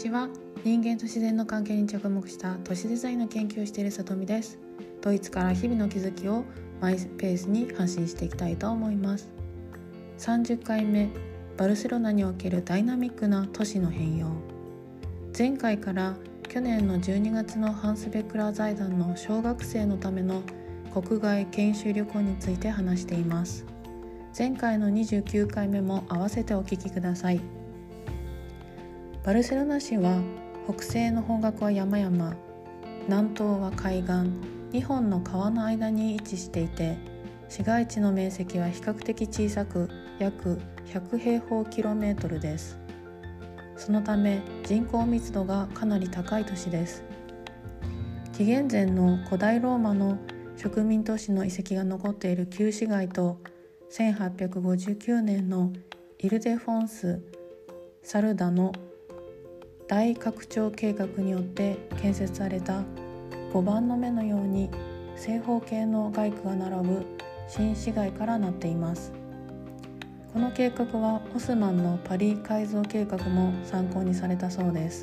ちは。人間と自然の関係に着目した都市デザインの研究をしているさとみです。ドイツから日々の気づきをマイペースに発信していきたいと思います。30回目、バルセロナにおけるダイナミックな都市の変容。前回から去年の12月のハンス・ベックラー財団の小学生のための国外研修旅行について話しています。前回の29回目も合わせてお聞きください。バルセロナ市は北西の方角は山々、南東は海岸、2本の川の間に位置していて、市街地の面積は比較的小さく約100平方キロメートルです。そのため人口密度がかなり高い都市です。紀元前の古代ローマの植民都市の遺跡が残っている旧市街と、1859年のイルデフォンス・サルダの大拡張計画によって建設された5番の目のように正方形の街区が並ぶ新市街からなっています。この計画はオスマンのパリ改造計画も参考にされたそうです。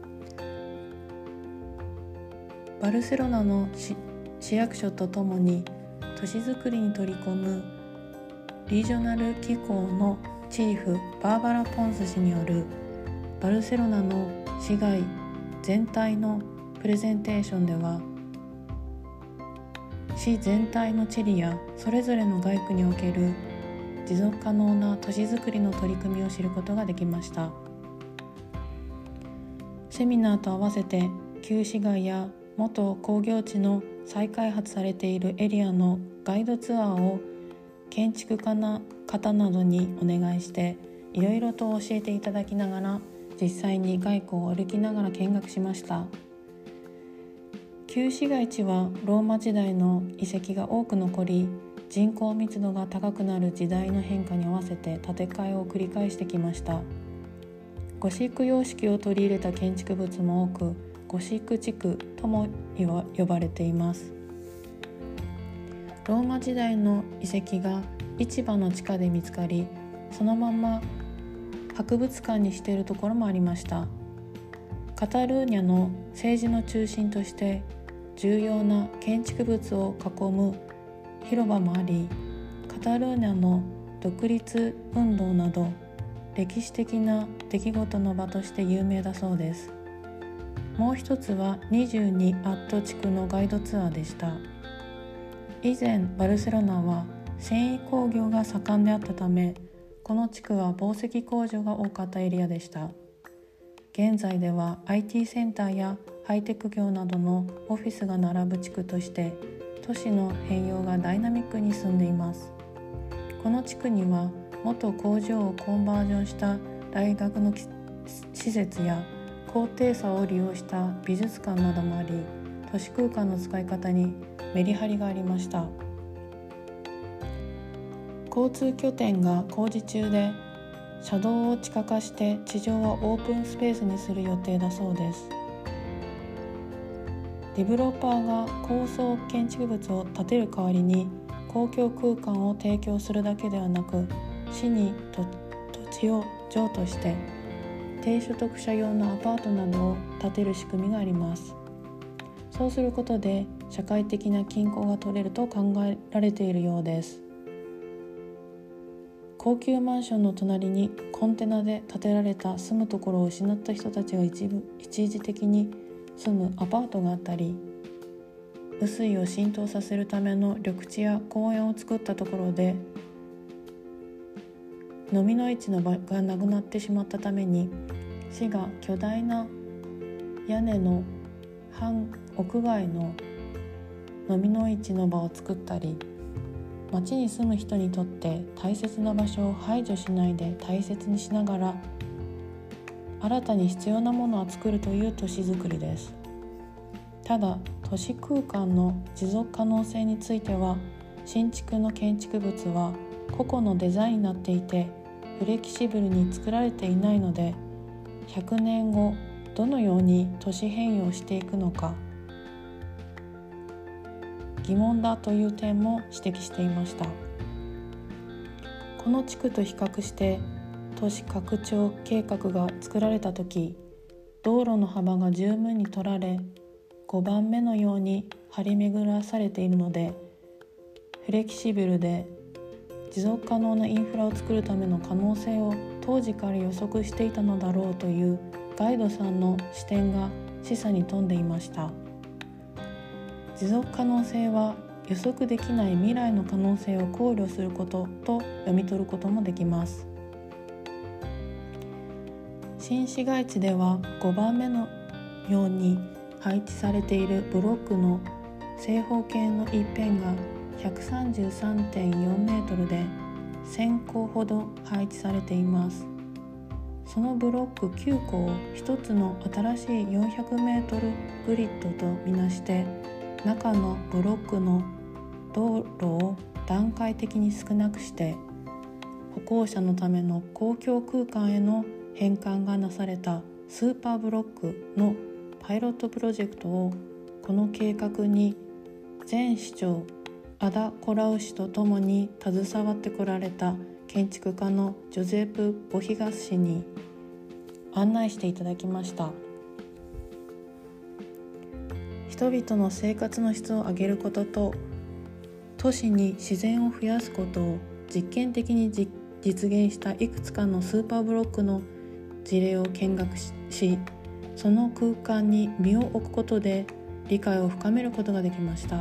バルセロナの市役所とともに都市づくりに取り込むリージョナル機構のチーフバーバラ・ポンス氏によるバルセロナの市街全体のプレゼンテーションでは、市全体の地理やそれぞれの街区における持続可能な都市づくりの取り組みを知ることができました。セミナーと合わせて旧市街や元工業地の再開発されているエリアのガイドツアーを建築家の方などにお願いして、いろいろと教えていただきながら実際に街区を歩きながら見学しました。旧市街地はローマ時代の遺跡が多く残り、人口密度が高くなる時代の変化に合わせて建て替えを繰り返してきました。ゴシック様式を取り入れた建築物も多く、ゴシック地区とも呼ばれています。ローマ時代の遺跡が市場の地下で見つかり、そのまま博物館にしているところもありました。カタルーニャの政治の中心として重要な建築物を囲む広場もあり、カタルーニャの独立運動など歴史的な出来事の場として有名だそうです。もう一つは22アット地区のガイドツアーでした。以前バルセロナは繊維工業が盛んであったため、この地区は紡績工場が多かったエリアでした。現在では IT センターやハイテク業などのオフィスが並ぶ地区として都市の変容がダイナミックに進んでいます。この地区には元工場をコンバージョンした大学の施設や高低差を利用した美術館などもあり、都市空間の使い方にメリハリがありました。交通拠点が工事中で、車道を地下化して地上はオープンスペースにする予定だそうです。ディベロッパーが高層建築物を建てる代わりに公共空間を提供するだけではなく、市に土地を譲渡して低所得者用のアパートなどを建てる仕組みがあります。そうすることで社会的な均衡が取れると考えられているようです。高級マンションの隣にコンテナで建てられた住むところを失った人たちが一時的に住むアパートがあったり、雨水を浸透させるための緑地や公園を作ったところで飲みの市の場がなくなってしまったために、市が巨大な屋根の半屋外の飲みの市の場を作ったり、町に住む人にとって大切な場所を排除しないで大切にしながら新たに必要なものを作るという都市づくりです。ただ、都市空間の持続可能性については、新築の建築物は個々のデザインになっていてフレキシブルに作られていないので、100年後どのように都市変容していくのか疑問だという点も指摘していました。この地区と比較して都市拡張計画が作られた時、 道路の幅が十分に取られ、5番目のように張り巡らされているので、フレキシブルで持続可能なインフラを作るための可能性を当時から予測していたのだろうというガイドさんの視点が示唆に富んでいました。持続可能性は予測できない未来の可能性を考慮することと読み取ることもできます。新市街地では5番目のように配置されているブロックの正方形の一辺が 133.4 メートルで1000個ほど配置されています。そのブロック9個を一つの新しい400メートルグリッドとみなして、中のブロックの道路を段階的に少なくして歩行者のための公共空間への変換がなされたスーパーブロックのパイロットプロジェクトを、この計画に前市長アダ・コラウ氏とともに携わってこられた建築家のジョゼープ・ボヒガス氏に案内していただきました。人々の生活の質を上げることと、都市に自然を増やすことを実験的に実現したいくつかのスーパーブロックの事例を見学し、その空間に身を置くことで理解を深めることができました。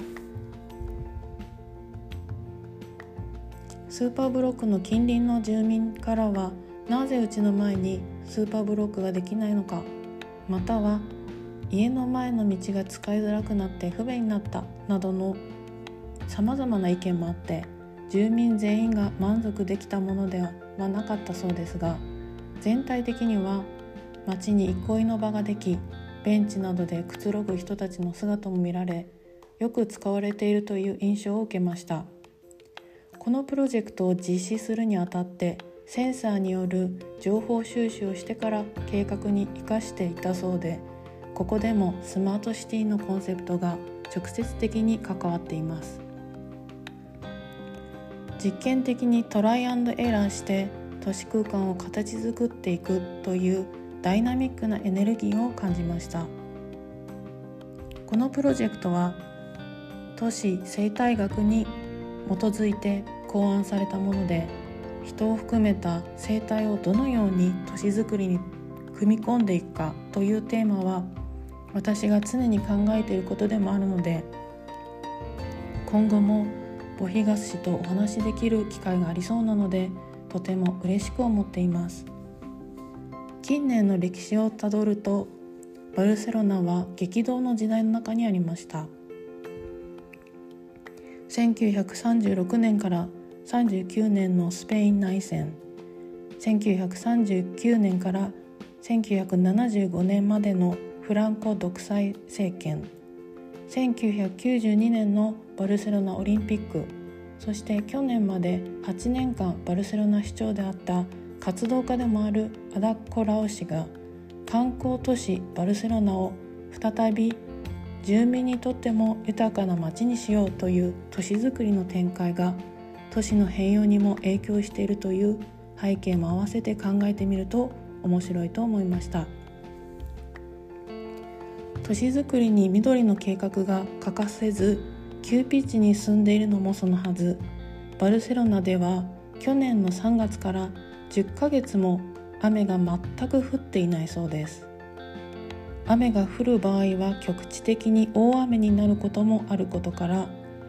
スーパーブロックの近隣の住民からは、なぜうちの前にスーパーブロックができないのか、または家の前の道が使いづらくなって不便になったなどのさまざまな意見もあって、住民全員が満足できたものではなかったそうですが、全体的には街に憩いの場ができ、ベンチなどでくつろぐ人たちの姿も見られ、よく使われているという印象を受けました。このプロジェクトを実施するにあたって、センサーによる情報収集をしてから計画に生かしていたそうで、ここでもスマートシティのコンセプトが直接的に関わっています。実験的にトライアンドエラーして都市空間を形作っていくというダイナミックなエネルギーを感じました。このプロジェクトは都市生態学に基づいて考案されたもので、人を含めた生態をどのように都市づくりに組み込んでいくかというテーマは、私が常に考えていることでもあるので、今後もボヒガス氏とお話しできる機会がありそうなので、とても嬉しく思っています。近年の歴史をたどると、バルセロナは激動の時代の中にありました。1936年から39年のスペイン内戦、1939年から1975年までのフランコ独裁政権、1992年のバルセロナオリンピック、そして去年まで8年間バルセロナ市長であった活動家でもあるアダ・コラオ氏が、観光都市バルセロナを再び住民にとっても豊かな街にしようという都市づくりの展開が、都市の変容にも影響しているという背景も合わせて考えてみると面白いと思いました。都市づくりに緑の計画が欠かせず、急ピッチに進んでいるのもそのはず。バルセロナでは去年の3月から10ヶ月も雨が全く降っていないそうです。雨が降る場合は局地的に大雨になることもあることから、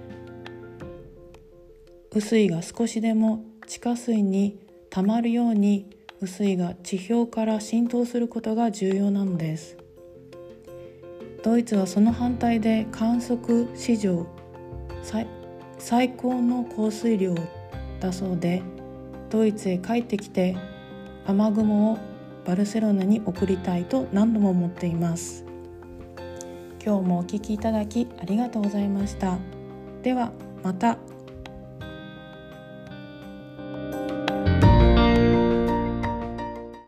雨水が少しでも地下水にたまるように雨水が地表から浸透することが重要なのです。ドイツはその反対で観測史上最高の降水量だそうで、ドイツへ帰ってきて雨雲をバルセロナに送りたいと何度も思っています。今日もお聞きいただきありがとうございました。ではまた。